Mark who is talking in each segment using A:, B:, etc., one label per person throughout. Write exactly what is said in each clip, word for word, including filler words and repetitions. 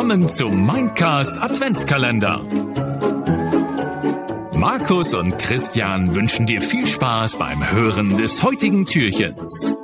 A: willkommen zum Mindcast Adventskalender. Markus und Christian wünschen dir viel Spaß beim Hören des heutigen Türchens.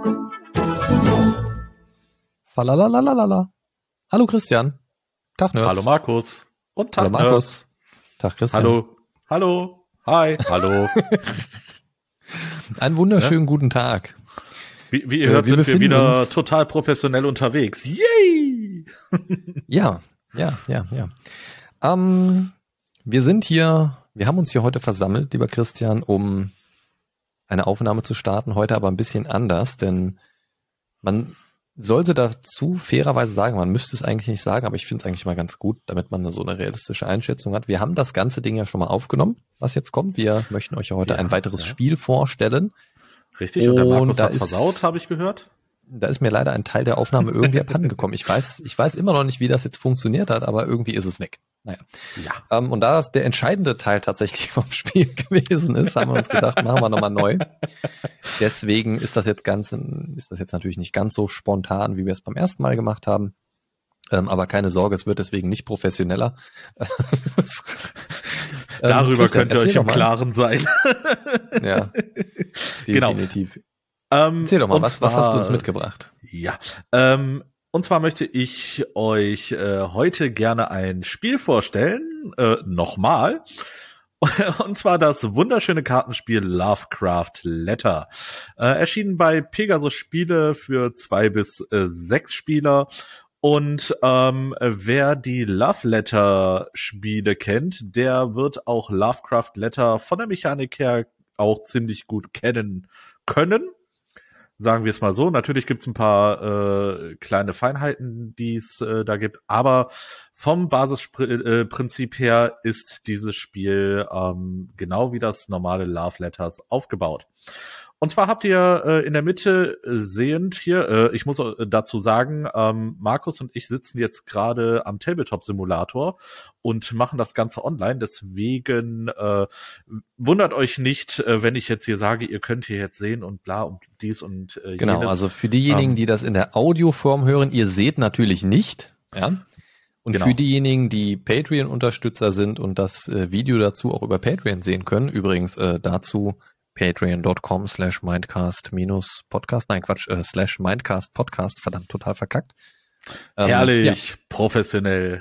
B: Falalalalala. Hallo Christian. Tag Nerds.
C: Hallo Markus. Und Tag
B: Hallo Markus.
C: Nerds.
B: Tag Christian.
C: Hallo. Hallo. Hi. Hallo.
B: Einen wunderschönen ja? guten Tag.
C: Wie, wie ihr hört, wir sind wir wieder uns total professionell unterwegs. Yay!
B: Ja, ja, ja, ja. Ähm, wir sind hier, wir haben uns hier heute versammelt, lieber Christian, um eine Aufnahme zu starten. Heute aber ein bisschen anders, denn man sollte dazu fairerweise sagen, man müsste es eigentlich nicht sagen, aber ich finde es eigentlich mal ganz gut, damit man so eine realistische Einschätzung hat. Wir haben das ganze Ding ja schon mal aufgenommen, was jetzt kommt. Wir möchten euch ja heute ja, ein weiteres ja. Spiel vorstellen.
C: Richtig, und der Markus hat versaut, habe ich gehört.
B: Da ist mir leider ein Teil der Aufnahme irgendwie abhanden gekommen. Ich weiß, ich weiß immer noch nicht, wie das jetzt funktioniert hat, aber irgendwie ist es weg. Naja. Ja. Ähm, und da das der entscheidende Teil tatsächlich vom Spiel gewesen ist, haben wir uns gedacht, machen wir nochmal neu. Deswegen ist das jetzt ganz, ist das jetzt natürlich nicht ganz so spontan, wie wir es beim ersten Mal gemacht haben. Ähm, aber keine Sorge, es wird deswegen nicht professioneller.
C: Darüber ähm, könnt ihr euch im Klaren sein.
B: Ja, definitiv.
C: Genau. Ähm,
B: erzähl doch mal, was,
C: zwar,
B: was hast du uns mitgebracht?
C: Ja, ähm, und zwar möchte ich euch äh, heute gerne ein Spiel vorstellen, äh, nochmal. Und zwar das wunderschöne Kartenspiel Lovecraft Letter. Äh, erschienen bei Pegasus Spiele für zwei bis äh, sechs Spieler. Und ähm, wer die Love Letter Spiele kennt, der wird auch Lovecraft Letter von der Mechanik her auch ziemlich gut kennen können. Sagen wir es mal so. Natürlich gibt es ein paar äh, kleine Feinheiten, die es äh, da gibt, aber vom Basisprinzip her ist dieses Spiel ähm, genau wie das normale Love Letters aufgebaut. Und zwar habt ihr äh, in der Mitte äh, sehend hier, äh, ich muss äh, dazu sagen, ähm, Markus und ich sitzen jetzt gerade am Tabletop-Simulator und machen das Ganze online. Deswegen äh, wundert euch nicht, äh, wenn ich jetzt hier sage, ihr könnt hier jetzt sehen und bla und dies und äh,
B: Genau,
C: jenes.
B: also für diejenigen, ähm, die das in der Audioform hören, ihr seht natürlich nicht, ja. Und genau. Für diejenigen, die Patreon-Unterstützer sind und das äh, Video dazu auch über Patreon sehen können, übrigens äh, dazu patreon.com slash mindcast minus podcast, nein Quatsch, äh, slash mindcast podcast, verdammt, total verkackt.
C: Ähm, Herrlich, ja. Professionell.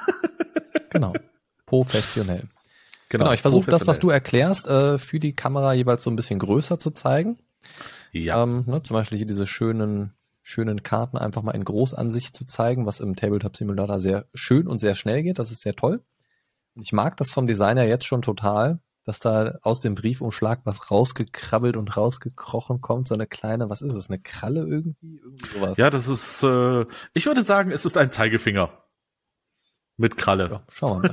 B: Genau, professionell. Genau, genau ich versuche das, was du erklärst, äh, für die Kamera jeweils so ein bisschen größer zu zeigen.
C: Ja.
B: Ähm, ne, zum Beispiel hier diese schönen, schönen Karten einfach mal in Großansicht zu zeigen, was im Tabletop Simulator sehr schön und sehr schnell geht, das ist sehr toll. Und ich mag das vom Designer jetzt schon total, dass da aus dem Briefumschlag was rausgekrabbelt und rausgekrochen kommt, so eine kleine, was ist es, eine Kralle irgendwie? Irgendwie sowas.
C: Ja, das ist, äh, ich würde sagen, es ist ein Zeigefinger. Mit Kralle.
B: Ja, schauen wir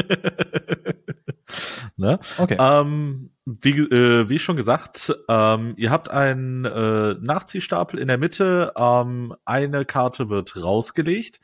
B: mal.
C: Ne?
B: Okay.
C: Ähm, wie, äh, wie schon gesagt, ähm, ihr habt einen äh, Nachziehstapel in der Mitte, ähm, eine Karte wird rausgelegt.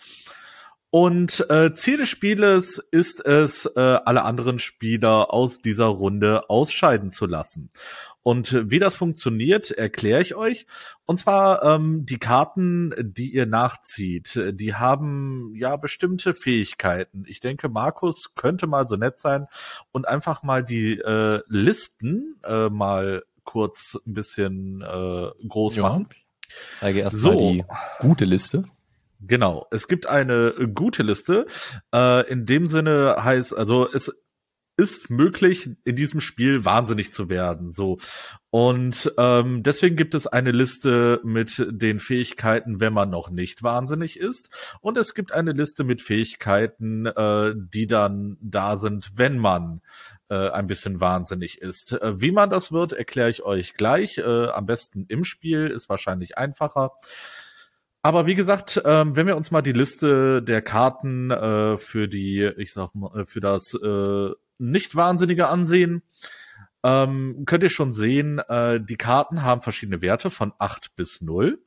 C: Und äh, Ziel des Spieles ist es, äh, alle anderen Spieler aus dieser Runde ausscheiden zu lassen. Und äh, wie das funktioniert, erkläre ich euch. Und zwar ähm, die Karten, die ihr nachzieht, die haben ja bestimmte Fähigkeiten. Ich denke, Markus könnte mal so nett sein und einfach mal die äh, Listen äh, mal kurz ein bisschen äh, groß
B: ja.
C: machen.
B: Ich zeige erst
C: so.
B: mal die gute Liste.
C: Genau, es gibt eine gute Liste. Äh, in dem Sinne heißt, also es ist möglich, in diesem Spiel wahnsinnig zu werden. So und ähm, deswegen gibt es eine Liste mit den Fähigkeiten, wenn man noch nicht wahnsinnig ist. Und es gibt eine Liste mit Fähigkeiten, äh, die dann da sind, wenn man äh, ein bisschen wahnsinnig ist. Äh, wie man das wird, erkläre ich euch gleich. Äh, am besten im Spiel, ist wahrscheinlich einfacher. Aber wie gesagt, ähm, wenn wir uns mal die Liste der Karten äh, für die, ich sag mal, für das äh, Nicht-Wahnsinnige ansehen, ähm, könnt ihr schon sehen, äh, die Karten haben verschiedene Werte von acht bis null.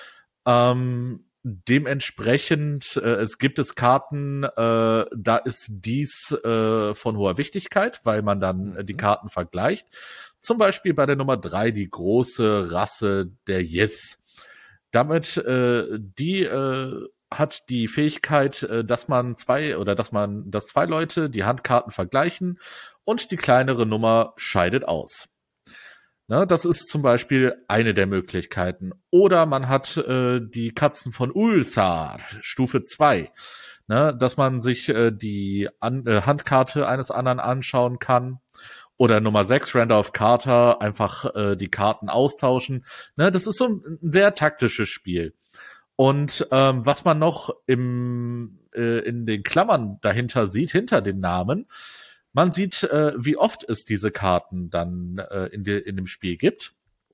C: Ähm, dementsprechend, äh, es gibt es Karten, äh, da ist dies äh, von hoher Wichtigkeit, weil man dann äh, die Karten vergleicht. Zum Beispiel bei der Nummer drei die große Rasse der Yith. Damit, äh, die äh, hat die Fähigkeit, dass man zwei oder dass man, dass zwei Leute die Handkarten vergleichen und die kleinere Nummer scheidet aus. Ne, das ist zum Beispiel eine der Möglichkeiten. Oder man hat äh, die Katzen von Ulthar, Stufe zwei, ne, dass man sich äh, die An- äh, Handkarte eines anderen anschauen kann. Oder Nummer sechs, Randolph Carter, einfach äh, die Karten austauschen. Ne, das ist so ein, ein sehr taktisches Spiel. Und ähm, was man noch im äh, in den Klammern dahinter sieht, hinter den Namen, man sieht, äh, wie oft es diese Karten dann äh, in, de, in dem Spiel gibt.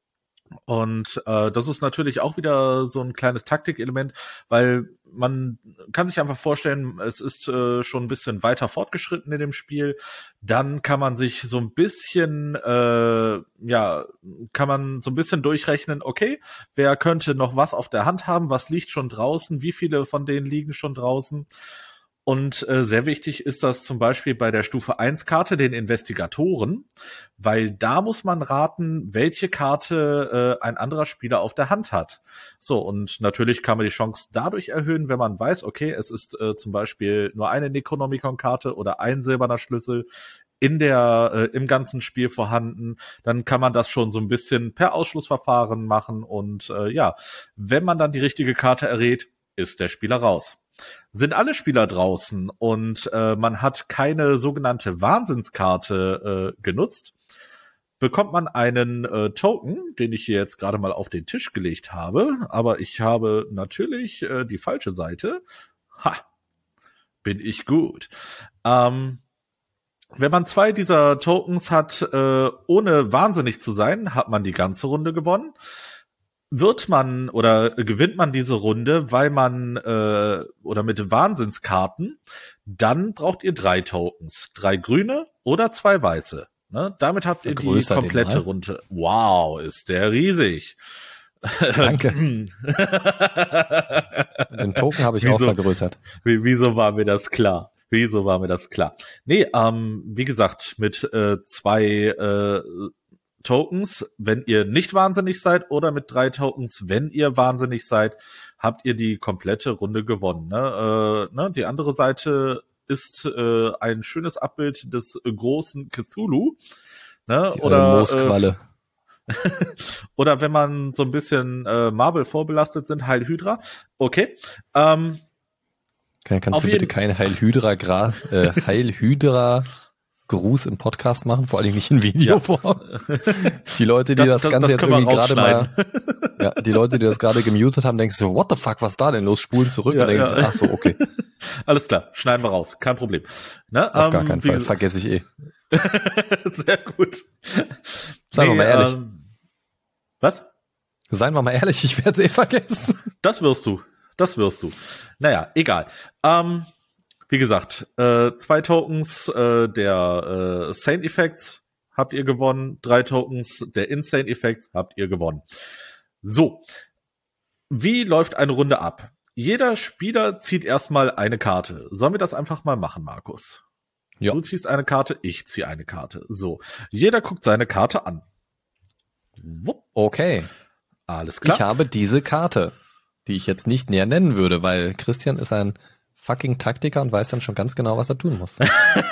C: Und äh, das ist natürlich auch wieder so ein kleines Taktikelement, weil man kann sich einfach vorstellen, es ist äh, schon ein bisschen weiter fortgeschritten in dem Spiel. Dann kann man sich so ein bisschen, äh, ja, kann man so ein bisschen durchrechnen, okay, wer könnte noch was auf der Hand haben, was liegt schon draußen, wie viele von denen liegen schon draußen. Und äh, sehr wichtig ist das zum Beispiel bei der Stufe eins Karte, den Investigatoren, weil da muss man raten, welche Karte äh, ein anderer Spieler auf der Hand hat. So, und natürlich kann man die Chance dadurch erhöhen, wenn man weiß, okay, es ist äh, zum Beispiel nur eine Necronomicon-Karte oder ein silberner Schlüssel in der äh, im ganzen Spiel vorhanden, dann kann man das schon so ein bisschen per Ausschlussverfahren machen. Und äh, ja, wenn man dann die richtige Karte errät, ist der Spieler raus. Sind alle Spieler draußen und äh, man hat keine sogenannte Wahnsinnskarte äh, genutzt, bekommt man einen äh, Token, den ich hier jetzt gerade mal auf den Tisch gelegt habe, aber ich habe natürlich äh, die falsche Seite. Ha, bin ich gut. Ähm, wenn man zwei dieser Tokens hat, äh, ohne wahnsinnig zu sein, hat man die ganze Runde gewonnen. Wird man oder gewinnt man diese Runde, weil man äh, oder mit Wahnsinnskarten, dann braucht ihr drei Tokens, drei grüne oder zwei weiße. Ne? Damit habt ihr die komplette Runde. Wow, ist der riesig.
B: Danke. Den Token habe ich wieso, auch vergrößert.
C: Wieso war mir das klar? Wieso war mir das klar? Nee, ähm, wie gesagt, mit äh, zwei äh, Tokens, wenn ihr nicht wahnsinnig seid, oder mit drei Tokens, wenn ihr wahnsinnig seid, habt ihr die komplette Runde gewonnen. Ne? Äh, ne? Die andere Seite ist äh, ein schönes Abbild des äh, großen Cthulhu. Ne?
B: Die
C: oder
B: Moosqualle.
C: Äh, oder wenn man so ein bisschen äh, Marvel vorbelastet sind, Heil Hydra. Okay. Ähm,
B: Kann, kannst du bitte kein Heil Hydra Gra äh, Heil Hydra Gruß im Podcast machen, vor allem nicht in Videoform. Ja. Die Leute, die das, das, das Ganze das jetzt irgendwie gerade mal, ja, die Leute, die das gerade gemutet haben, denken so, what the fuck, was da denn los? Spulen zurück ja, und denken ja. so, ach so, okay.
C: Alles klar, schneiden wir raus, kein Problem. Ne?
B: Auf
C: ähm,
B: gar keinen Fall, vergesse ich eh.
C: Sehr gut.
B: Seien nee, wir mal ehrlich.
C: Ähm, was?
B: Seien wir mal ehrlich, ich werde es eh vergessen.
C: Das wirst du, das wirst du. Naja, egal. Ähm, Wie gesagt, äh, zwei Tokens äh, der äh, Saint Effects habt ihr gewonnen, drei Tokens der Insane Effects habt ihr gewonnen. So, wie läuft eine Runde ab? Jeder Spieler zieht erstmal eine Karte. Sollen wir das einfach mal machen, Markus? Ja. Du ziehst eine Karte, ich ziehe eine Karte. So, jeder guckt seine Karte an.
B: Wupp. Okay.
C: Alles klar.
B: Ich habe diese Karte, die ich jetzt nicht näher nennen würde, weil Christian ist ein fucking Taktiker und weiß dann schon ganz genau, was er tun muss.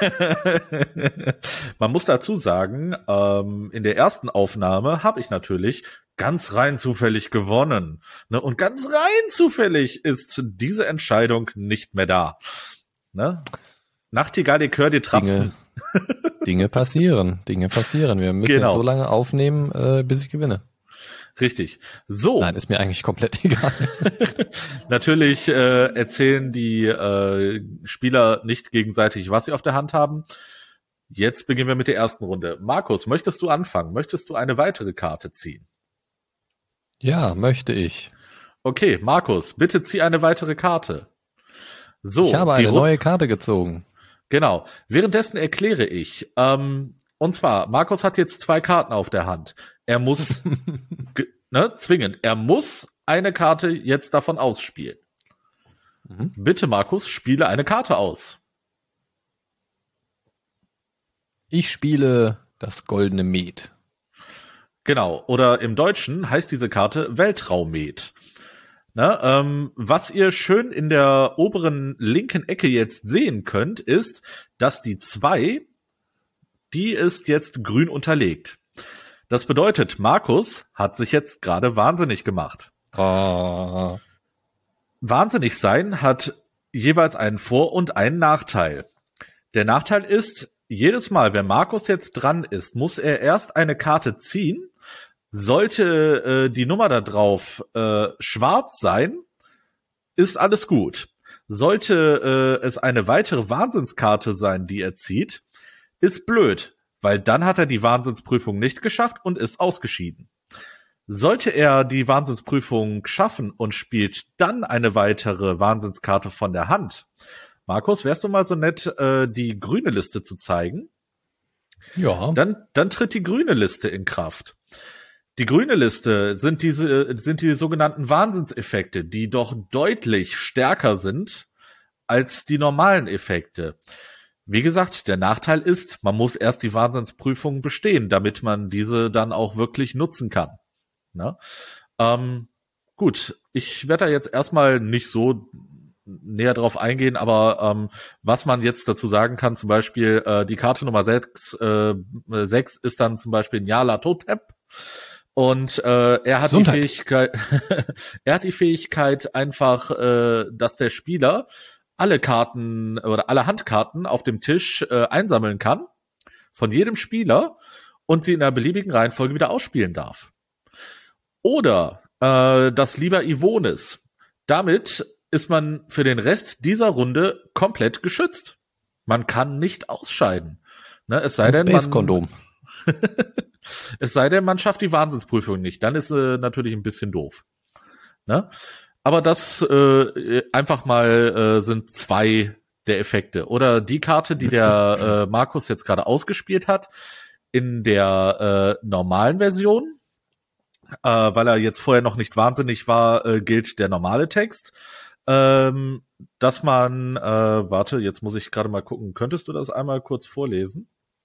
C: Man muss dazu sagen, ähm, in der ersten Aufnahme habe ich natürlich ganz rein zufällig gewonnen. Ne? Und ganz rein zufällig ist diese Entscheidung nicht mehr da. Ne? Nachtigall, ich hör die Trapsen.
B: Dinge, Dinge passieren, Dinge passieren. Wir müssen
C: genau.
B: jetzt so lange aufnehmen, äh, bis ich gewinne.
C: Richtig. So.
B: Nein, ist mir eigentlich komplett egal.
C: Natürlich äh, erzählen die äh, Spieler nicht gegenseitig, was sie auf der Hand haben. Jetzt beginnen wir mit der ersten Runde. Markus, möchtest du anfangen? Möchtest du eine weitere Karte ziehen?
B: Ja, möchte ich.
C: Okay, Markus, bitte zieh eine weitere Karte. So.
B: Ich habe eine Ru- neue Karte gezogen.
C: Genau. Währenddessen erkläre ich, ähm, und zwar, Markus hat jetzt zwei Karten auf der Hand. Er muss, ge- ne, zwingend, er muss eine Karte jetzt davon ausspielen. Mhm. Bitte, Markus, spiele eine Karte aus.
B: Ich spiele das goldene Met.
C: Genau, oder im Deutschen heißt diese Karte Weltraummet. Na, ähm, was ihr schön in der oberen linken Ecke jetzt sehen könnt, ist, dass die zwei, die ist jetzt grün unterlegt. Das bedeutet, Markus hat sich jetzt gerade wahnsinnig gemacht.
B: Oh.
C: Wahnsinnig sein hat jeweils einen Vor- und einen Nachteil. Der Nachteil ist, jedes Mal, wenn Markus jetzt dran ist, muss er erst eine Karte ziehen. Sollte äh, die Nummer da drauf äh, schwarz sein, ist alles gut. Sollte äh, es eine weitere Wahnsinnskarte sein, die er zieht, ist blöd, weil dann hat er die Wahnsinnsprüfung nicht geschafft und ist ausgeschieden. Sollte er die Wahnsinnsprüfung schaffen und spielt dann eine weitere Wahnsinnskarte von der Hand. Markus, wärst du mal so nett, äh, die grüne Liste zu zeigen?
B: Ja.
C: Dann, dann tritt die grüne Liste in Kraft. Die grüne Liste sind diese, sind die sogenannten Wahnsinnseffekte, die doch deutlich stärker sind als die normalen Effekte. Wie gesagt, der Nachteil ist, man muss erst die Wahnsinnsprüfung bestehen, damit man diese dann auch wirklich nutzen kann. Na? Ähm, gut, ich werde da jetzt erstmal nicht so näher drauf eingehen, aber ähm, was man jetzt dazu sagen kann, zum Beispiel äh, die Karte Nummer sechs, äh, sechs ist dann zum Beispiel Nyarlathotep. Und äh, er hat
B: Gesundheit.
C: die Fähigkeit, er hat die Fähigkeit einfach, äh, dass der Spieler alle Karten oder alle Handkarten auf dem Tisch äh, einsammeln kann von jedem Spieler und sie in einer beliebigen Reihenfolge wieder ausspielen darf. Oder äh, das Liber Ivonis. Damit ist man für den Rest dieser Runde komplett geschützt. Man kann nicht ausscheiden. Ne, es sei
B: Ein
C: denn,
B: Space-Kondom.
C: Es sei denn, man schafft die Wahnsinnsprüfung nicht. Dann ist äh, natürlich ein bisschen doof. Ne? Aber das äh, einfach mal äh, sind zwei der Effekte. Oder die Karte, die der äh, Markus jetzt gerade ausgespielt hat, in der äh, normalen Version, äh, weil er jetzt vorher noch nicht wahnsinnig war, äh, gilt der normale Text. Ähm, dass man, äh, warte, jetzt muss ich gerade mal gucken, könntest du das einmal kurz vorlesen?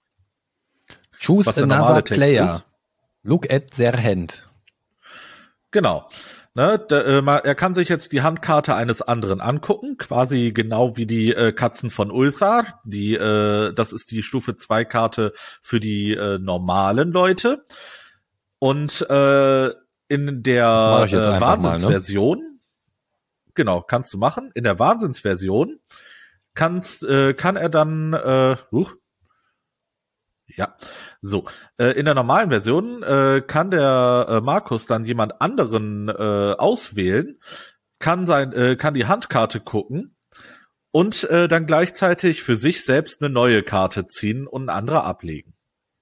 B: Choose
C: Was der
B: another
C: normale Text
B: player.
C: ist.
B: Look at their hand.
C: Genau. Ne, da, äh, mal, er kann sich jetzt die Handkarte eines anderen angucken, quasi genau wie die äh, Katzen von Ulthar. Die, äh, das ist die Stufe zwei Karte für die äh, normalen Leute. Und äh, in der
B: ich jetzt
C: äh,
B: einfach mal, ne?
C: Wahnsinnsversion, genau, kannst du machen. In der Wahnsinnsversion kannst, äh, kann er dann, äh, uh, ja, so. Äh, in der normalen Version äh, kann der äh, Markus dann jemand anderen äh, auswählen, kann sein, äh, kann die Handkarte gucken und äh, dann gleichzeitig für sich selbst eine neue Karte ziehen und eine andere ablegen.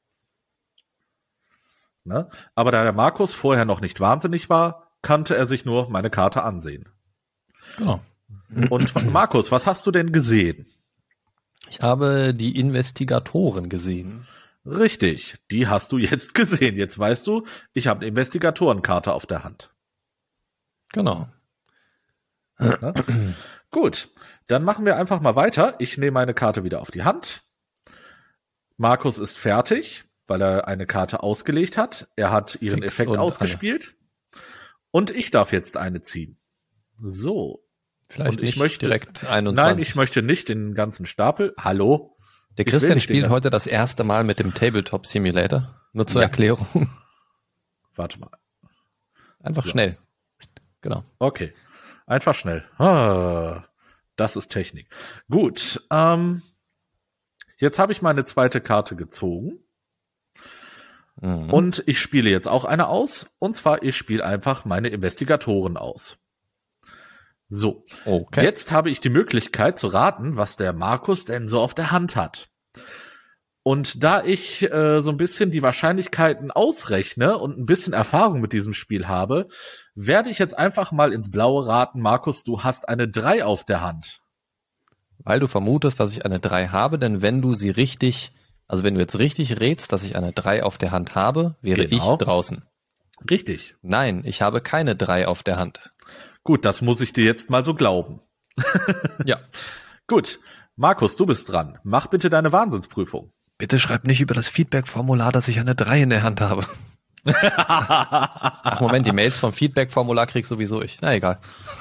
C: Ne? Aber da der Markus vorher noch nicht wahnsinnig war, konnte er sich nur meine Karte ansehen.
B: Genau.
C: Und Markus, was hast du denn gesehen?
B: Ich habe die Investigatoren gesehen.
C: Richtig, die hast du jetzt gesehen. Jetzt weißt du, ich habe eine Investigatorenkarte auf der Hand.
B: Genau.
C: Ja? Gut, dann machen wir einfach mal weiter. Ich nehme meine Karte wieder auf die Hand. Markus ist fertig, weil er eine Karte ausgelegt hat. Er hat ihren
B: Fix
C: Effekt
B: und
C: ausgespielt. Und ich darf jetzt eine ziehen. So.
B: Vielleicht
C: Und ich
B: nicht
C: möchte-
B: direkt einundzwanzig.
C: Nein, ich möchte nicht den ganzen Stapel. Hallo?
B: Der
C: ich will
B: Christian
C: nicht den
B: spielt
C: ganzen-
B: heute das erste Mal mit dem Tabletop Simulator. Nur zur
C: Ja.
B: Erklärung.
C: Warte mal.
B: Einfach
C: So.
B: schnell. Genau.
C: Okay. Einfach schnell. Ah, das ist Technik. Gut. Ähm, jetzt habe ich meine zweite Karte gezogen.
B: Mhm.
C: Und ich spiele jetzt auch eine aus. Und zwar, ich spiele einfach meine Investigatoren aus. So.
B: Okay.
C: Jetzt habe ich die Möglichkeit zu raten, was der Markus denn so auf der Hand hat. Und da ich äh, so ein bisschen die Wahrscheinlichkeiten ausrechne und ein bisschen Erfahrung mit diesem Spiel habe, werde ich jetzt einfach mal ins Blaue raten, Markus, du hast eine drei auf der Hand.
B: Weil du vermutest, dass ich eine drei habe, denn wenn du sie richtig, also wenn du jetzt richtig rätst, dass ich eine drei auf der Hand habe, wäre
C: Genau.
B: ich draußen.
C: Richtig.
B: Nein, ich habe keine drei auf der Hand.
C: Gut, das muss ich dir jetzt mal so glauben.
B: Ja.
C: Gut, Markus, du bist dran. Mach bitte deine Wahnsinnsprüfung.
B: Bitte schreib nicht über das Feedback-Formular, dass ich eine drei in der Hand habe. Ach Moment, die Mails vom Feedback-Formular krieg sowieso ich. Na egal.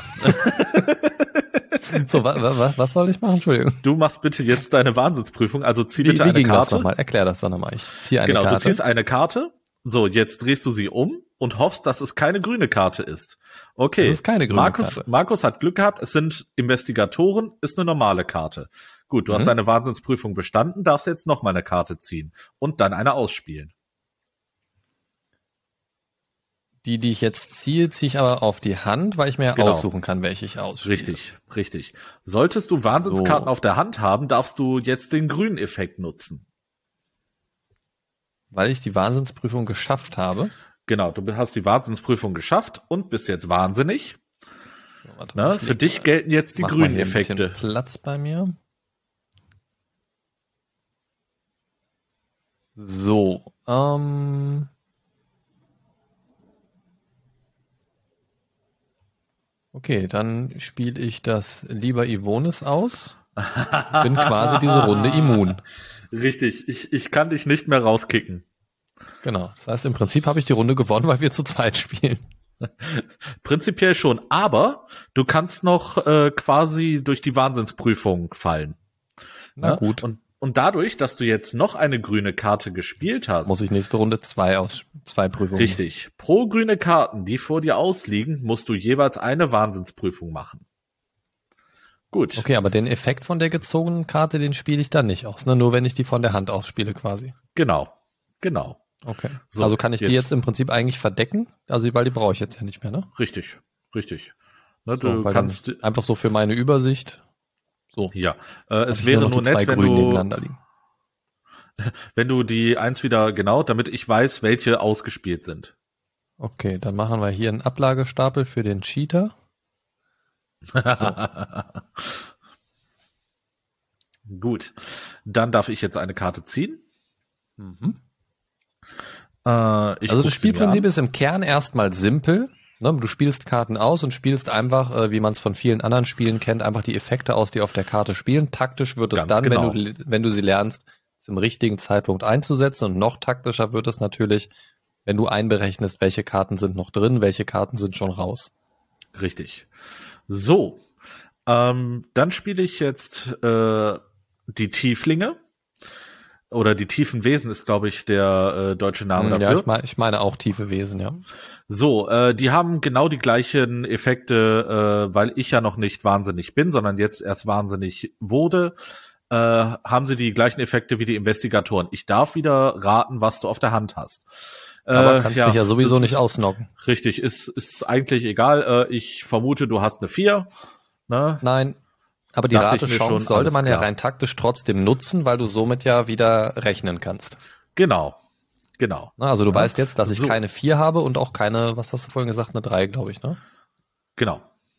B: So, wa, wa, was soll ich machen? Entschuldigung.
C: Du machst bitte jetzt deine Wahnsinnsprüfung, also zieh
B: Wie,
C: bitte
B: wie
C: eine
B: ging das
C: Karte.
B: nochmal? Erklär das doch nochmal. Ich ziehe eine
C: Genau,
B: Karte.
C: du ziehst eine Karte. So, jetzt drehst du sie um und hoffst, dass es keine grüne Karte ist. Okay.
B: Es ist keine grüne
C: Markus,
B: Karte.
C: Markus hat Glück gehabt. Es sind Investigatoren, ist eine normale Karte. Gut, du
B: Mhm.
C: hast deine Wahnsinnsprüfung bestanden, darfst jetzt noch mal eine Karte ziehen und dann eine ausspielen.
B: Die, die ich jetzt ziehe, ziehe ich aber auf die Hand, weil ich mir ja
C: Genau.
B: aussuchen kann, welche ich ausspiele.
C: Richtig, richtig. Solltest du Wahnsinnskarten
B: So.
C: auf der Hand haben, darfst du jetzt den grünen Effekt nutzen.
B: Weil ich die Wahnsinnsprüfung geschafft habe.
C: Genau, du hast die Wahnsinnsprüfung geschafft und bist jetzt wahnsinnig.
B: So, warte mal,
C: Ne?
B: ich
C: Für
B: leg
C: dich
B: mal-
C: gelten jetzt die
B: mach mal
C: grünen
B: hier ein bisschen
C: Effekte.
B: Platz bei mir. So, ähm. Okay, dann spiele ich das lieber Ivonis aus. Bin quasi diese Runde immun.
C: Richtig, ich, ich kann dich nicht mehr rauskicken.
B: Genau. Das heißt, im Prinzip habe ich die Runde gewonnen, weil wir zu zweit spielen.
C: Prinzipiell schon, aber du kannst noch äh, quasi durch die Wahnsinnsprüfung fallen.
B: Na
C: Ne?
B: gut.
C: Und, und dadurch, dass du jetzt noch eine grüne Karte gespielt hast,
B: Muss ich nächste Runde zwei aus zwei Prüfungen.
C: richtig, pro grüne Karten, die vor dir ausliegen, musst du jeweils eine Wahnsinnsprüfung machen. Gut.
B: Okay, aber den Effekt von der gezogenen Karte, den spiele ich dann nicht aus, ne? Nur wenn ich die von der Hand ausspiele quasi.
C: Genau, genau.
B: Okay.
C: So,
B: also kann ich die
C: jetzt-
B: jetzt im Prinzip eigentlich verdecken? Also, weil die brauche ich jetzt ja nicht mehr, ne?
C: Richtig, richtig. Ne,
B: So,
C: du
B: weil
C: kannst,
B: dann einfach so für meine Übersicht. So.
C: ja, äh,
B: hab
C: es
B: ich
C: wäre
B: noch
C: nur
B: die zwei
C: nett, wenn
B: Grünen
C: du,
B: nebeneinander liegen.
C: wenn du die eins wieder, genau, damit ich weiß, welche ausgespielt sind.
B: Okay, dann machen wir hier einen Ablagestapel für den Cheater.
C: Gut, dann darf ich jetzt eine Karte ziehen.
B: Mhm.
C: Äh, ich
B: Also
C: guck
B: das
C: sie mir
B: Spielprinzip
C: an.
B: ist im Kern erstmal simpel. Ne? Du spielst Karten aus und spielst einfach, äh, wie man es von vielen anderen Spielen kennt, einfach die Effekte aus, die auf der Karte spielen. Taktisch wird es
C: Ganz
B: dann,
C: genau.
B: wenn du wenn du sie lernst, zum richtigen Zeitpunkt einzusetzen. Und noch taktischer wird es natürlich, wenn du einberechnest, welche Karten sind noch drin, welche Karten sind schon raus.
C: Richtig. So, ähm, dann spiele ich jetzt äh, die Tieflinge. Oder die tiefen Wesen ist, glaube ich, der äh, deutsche Name
B: Ja,
C: dafür.
B: ich, mein, ich meine auch tiefe Wesen, ja.
C: So, äh, die haben genau die gleichen Effekte, äh, weil ich ja noch nicht wahnsinnig bin, sondern jetzt erst wahnsinnig wurde, äh, haben sie die gleichen Effekte wie die Investigatoren. Ich darf wieder raten, was du auf der Hand hast.
B: Aber
C: Äh,
B: kannst mich ja sowieso
C: das
B: nicht
C: ist
B: ausnocken.
C: Richtig, ist, ist eigentlich egal. Äh, ich vermute, du hast eine vier. Ne?
B: Nein, aber die
C: Dachte ich mir schon,
B: Ratechance sollte
C: alles
B: man ja
C: klar.
B: rein taktisch trotzdem nutzen, weil du somit ja wieder rechnen kannst.
C: Genau, genau,
B: Ne, Also du
C: Ja.
B: weißt jetzt, dass ich
C: So.
B: keine vier habe und auch keine, was hast du vorhin gesagt, eine drei, glaube ich, ne?
C: genau.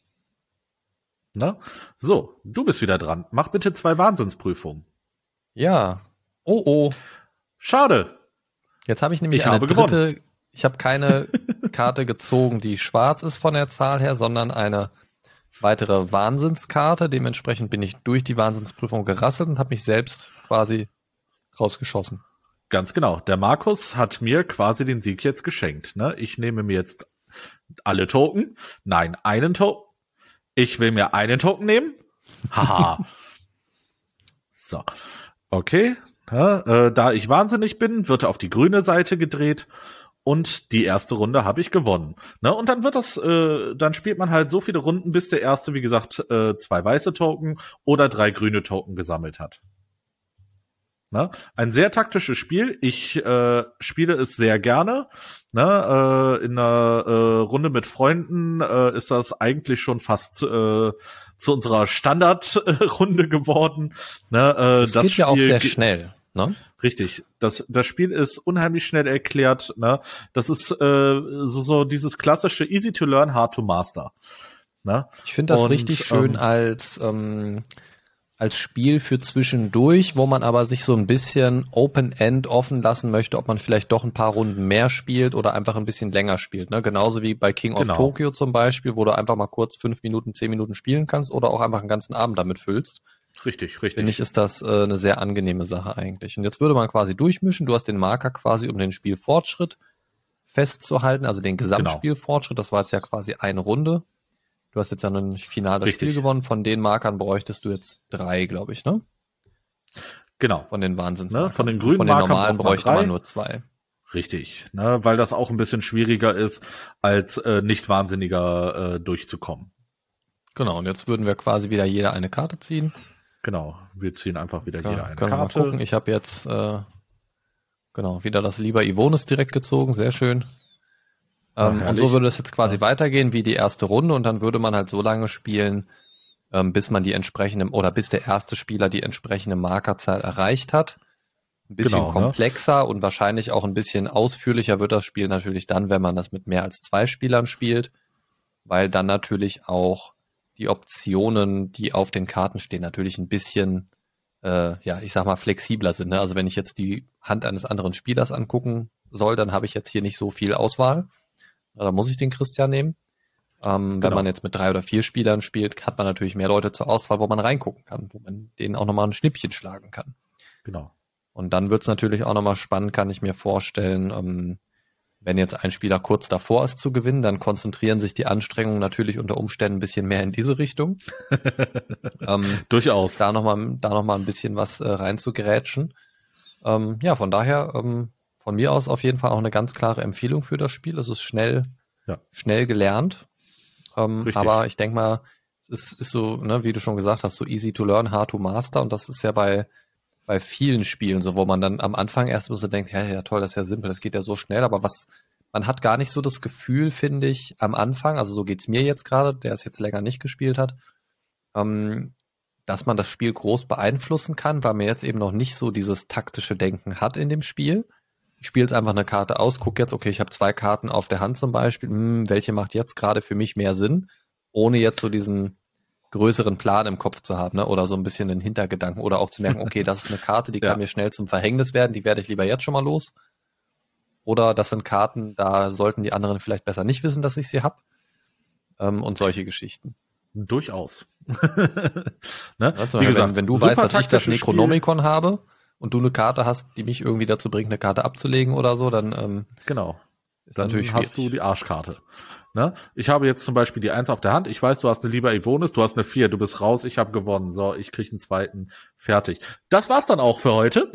C: Ne? So, du bist wieder dran. Mach bitte zwei Wahnsinnsprüfungen.
B: Ja. Oh, oh.
C: Schade.
B: Jetzt habe ich nämlich
C: Ich
B: eine
C: habe
B: dritte, ich habe keine Karte gezogen, die schwarz ist von der Zahl her, sondern eine weitere Wahnsinnskarte. Dementsprechend bin ich durch die Wahnsinnsprüfung gerasselt und habe mich selbst quasi rausgeschossen.
C: Ganz genau. Der Markus hat mir quasi den Sieg jetzt geschenkt. Ne? Ich nehme mir jetzt alle Token. Nein, einen Token. Ich will mir einen Token nehmen. Haha. So. Okay. Ja, äh, da ich wahnsinnig bin, wird auf die grüne Seite gedreht. Und die erste Runde habe ich gewonnen. Ne? Und dann wird das, äh, dann spielt man halt so viele Runden, bis der erste, wie gesagt, äh, zwei weiße Token oder drei grüne Token gesammelt hat. Ne? Ein sehr taktisches Spiel. Ich äh, spiele es sehr gerne. Ne? Äh, in einer äh, Runde mit Freunden äh, ist das eigentlich schon fast äh, zu unserer Standardrunde geworden. Ne? Äh,
B: Das, geht ja auch
C: Spiel
B: sehr
C: ge-
B: schnell, ne?
C: Richtig. Das, das Spiel ist unheimlich schnell erklärt. Ne? Das ist äh, so, so dieses klassische Easy to learn, hard to master. Ne?
B: Ich finde das
C: Und,
B: richtig schön
C: ähm,
B: als, ähm, als Spiel für zwischendurch, wo man aber sich so ein bisschen Open-End offen lassen möchte, ob man vielleicht doch ein paar Runden mehr spielt oder einfach ein bisschen länger spielt. Ne? Genauso wie bei King of
C: Genau.
B: Tokyo zum Beispiel, wo du einfach mal kurz fünf Minuten, zehn Minuten spielen kannst oder auch einfach einen ganzen Abend damit füllst.
C: Richtig, richtig.
B: Finde ich, ist das äh, eine sehr angenehme Sache eigentlich. Und jetzt würde man quasi durchmischen. Du hast den Marker quasi um den Spielfortschritt. festzuhalten, also den Gesamtspielfortschritt. Das war jetzt ja quasi eine Runde. Du hast jetzt ja ein finales
C: Richtig.
B: Spiel gewonnen. Von den Markern bräuchtest du jetzt drei, glaube ich, ne?
C: Genau.
B: Von den Wahnsinns.
C: Ne, von den grünen
B: Von den
C: Markern
B: normalen
C: braucht man
B: bräuchte
C: drei.
B: man nur zwei.
C: Richtig, ne, weil das auch ein bisschen schwieriger ist, als äh, nicht Wahnsinniger äh, durchzukommen.
B: Genau, und jetzt würden wir quasi wieder jeder eine Karte ziehen.
C: Genau, wir ziehen einfach wieder
B: Ja,
C: jeder eine
B: können wir
C: Karte.
B: mal gucken. Ich habe jetzt äh, genau wieder das Lieber Ivonis direkt gezogen, sehr schön.
C: Ah,
B: Ähm, und
C: herrlich.
B: so würde es jetzt quasi
C: Ja.
B: weitergehen wie die erste Runde und dann würde man halt so lange spielen, ähm, bis man die entsprechende oder bis der erste Spieler die entsprechende Markerzahl erreicht hat. Ein bisschen
C: Genau, ne?
B: komplexer und wahrscheinlich auch ein bisschen ausführlicher wird das Spiel natürlich dann, wenn man das mit mehr als zwei Spielern spielt, weil dann natürlich auch die Optionen, die auf den Karten stehen, natürlich ein bisschen, äh, ja, ich sag mal, flexibler sind. Ne? Also wenn ich jetzt die Hand eines anderen Spielers angucken soll, dann habe ich jetzt hier nicht so viel Auswahl. Da muss ich den Christian nehmen. Ähm,
C: Genau.
B: Wenn man jetzt mit drei oder vier Spielern spielt, hat man natürlich mehr Leute zur Auswahl, wo man reingucken kann, wo man denen auch nochmal ein Schnippchen schlagen kann.
C: Genau.
B: Und dann wird es natürlich auch nochmal spannend, kann ich mir vorstellen, ähm, wenn jetzt ein Spieler kurz davor ist zu gewinnen, dann konzentrieren sich die Anstrengungen natürlich unter Umständen ein bisschen mehr in diese Richtung. ähm,
C: Durchaus.
B: da nochmal da noch mal ein bisschen was äh, reinzugrätschen. Ähm, ja, von daher ähm, von mir aus auf jeden Fall auch eine ganz klare Empfehlung für das Spiel. Es ist schnell,
C: Ja.
B: schnell gelernt. Ähm,
C: Richtig.
B: aber ich denke mal, es ist, ist so, ne, wie du schon gesagt hast, so easy to learn, hard to master. Und das ist ja bei bei vielen Spielen so, wo man dann am Anfang erst so denkt, ja, ja toll, das ist ja simpel, das geht ja so schnell, aber was, man hat gar nicht so das Gefühl, finde ich, am Anfang, also so geht's mir jetzt gerade, der es jetzt länger nicht gespielt hat, ähm, dass man das Spiel groß beeinflussen kann, weil man jetzt eben noch nicht so dieses taktische Denken hat in dem Spiel. Ich spiele jetzt einfach eine Karte aus, gucke jetzt, okay, ich habe zwei Karten auf der Hand zum Beispiel, hm, welche macht jetzt gerade für mich mehr Sinn, ohne jetzt so diesen größeren Plan im Kopf zu haben, ne? Oder so ein bisschen den Hintergedanken oder auch zu merken, okay, das ist eine Karte, die
C: Ja.
B: kann mir schnell zum Verhängnis werden, die werde ich lieber jetzt schon mal los. Oder das sind Karten, da sollten die anderen vielleicht besser nicht wissen, dass ich sie habe. Ähm, und solche Geschichten.
C: Durchaus. ne?
B: Ja, zum Beispiel, wenn, wenn du
C: super
B: weißt, dass ich das
C: taktisches
B: Necronomicon habe und du eine Karte hast, die mich irgendwie dazu bringt, eine Karte abzulegen oder so, dann ähm,
C: Spiel. Genau.
B: ist
C: Dann
B: natürlich schwierig.
C: hast du die Arschkarte. Ne? Ich habe jetzt zum Beispiel die eins auf der Hand. Ich weiß, du hast eine Lieber Ivonis, du hast eine vier, du bist raus, ich habe gewonnen. So, ich kriege einen zweiten. Fertig. Das war's dann auch für heute.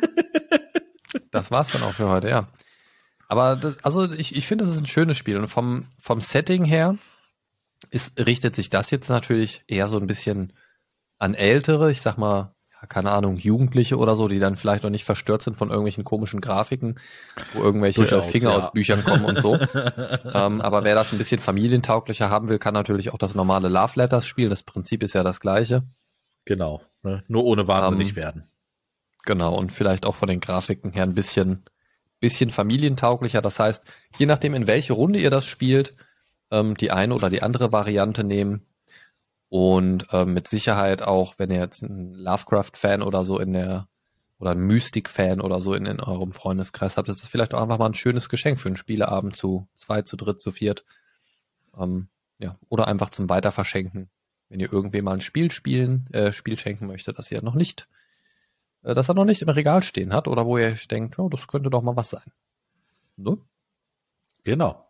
B: Das war's dann auch für heute, ja. Aber das, also ich, ich finde, das ist ein schönes Spiel. Und vom, vom Setting her ist, richtet sich das jetzt natürlich eher so ein bisschen an Ältere, ich sag mal, ja, keine Ahnung, Jugendliche oder so, die dann vielleicht noch nicht verstört sind von irgendwelchen komischen Grafiken, wo irgendwelche
C: Durchaus,
B: Finger
C: ja.
B: aus Büchern kommen und so. ähm, aber wer das ein bisschen familientauglicher haben will, kann natürlich auch das normale Love Letters spielen. Das Prinzip ist ja das gleiche.
C: Genau. Ne? Nur ohne wahnsinnig
B: Ähm,
C: werden.
B: Genau, und vielleicht auch von den Grafiken her ein bisschen, bisschen familientauglicher. Das heißt, je nachdem, in welche Runde ihr das spielt, ähm, die eine oder die andere Variante nehmen. Und ähm, mit Sicherheit auch, wenn ihr jetzt ein Lovecraft-Fan oder so in der, oder ein Mystic-Fan oder so in, in eurem Freundeskreis habt, ist das vielleicht auch einfach mal ein schönes Geschenk für einen Spieleabend zu zwei, zu dritt, zu viert. Ähm, ja, oder einfach zum Weiterverschenken, wenn ihr irgendwem mal ein Spiel spielen, äh, Spiel schenken möchtet, das ihr noch nicht das er noch nicht im Regal stehen hat oder wo ihr denkt, oh, das könnte doch mal was sein. Ne?
C: Genau.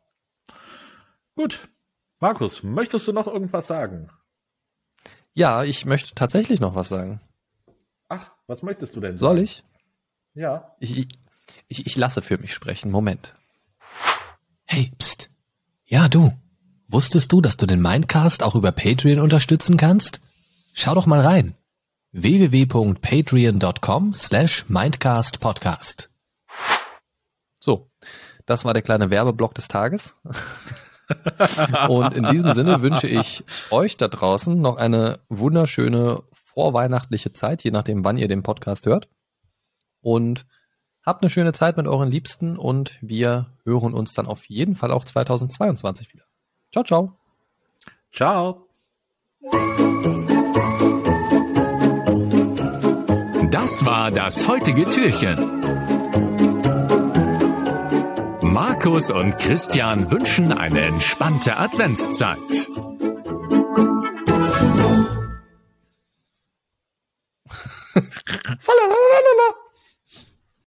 C: Gut. Markus, möchtest du noch irgendwas sagen?
B: Ja, ich möchte tatsächlich noch was sagen.
C: Ach, was möchtest du denn
B: Soll
C: sagen?
B: ich?
C: Ja.
B: Ich, ich? Ich lasse für mich sprechen. Moment. Hey, pst. Ja, du. Wusstest du, dass du den Mindcast auch über Patreon unterstützen kannst? Schau doch mal rein. w w w punkt patreon punkt com slash mindcast podcast. So, das war der kleine Werbeblock des Tages. Und in diesem Sinne wünsche ich euch da draußen noch eine wunderschöne vorweihnachtliche Zeit, je nachdem, wann ihr den Podcast hört. Und habt eine schöne Zeit mit euren Liebsten und wir hören uns dann auf jeden Fall auch zweitausendzweiundzwanzig wieder. Ciao, ciao.
C: Ciao.
A: Das war das heutige Türchen. Markus und Christian wünschen eine entspannte Adventszeit.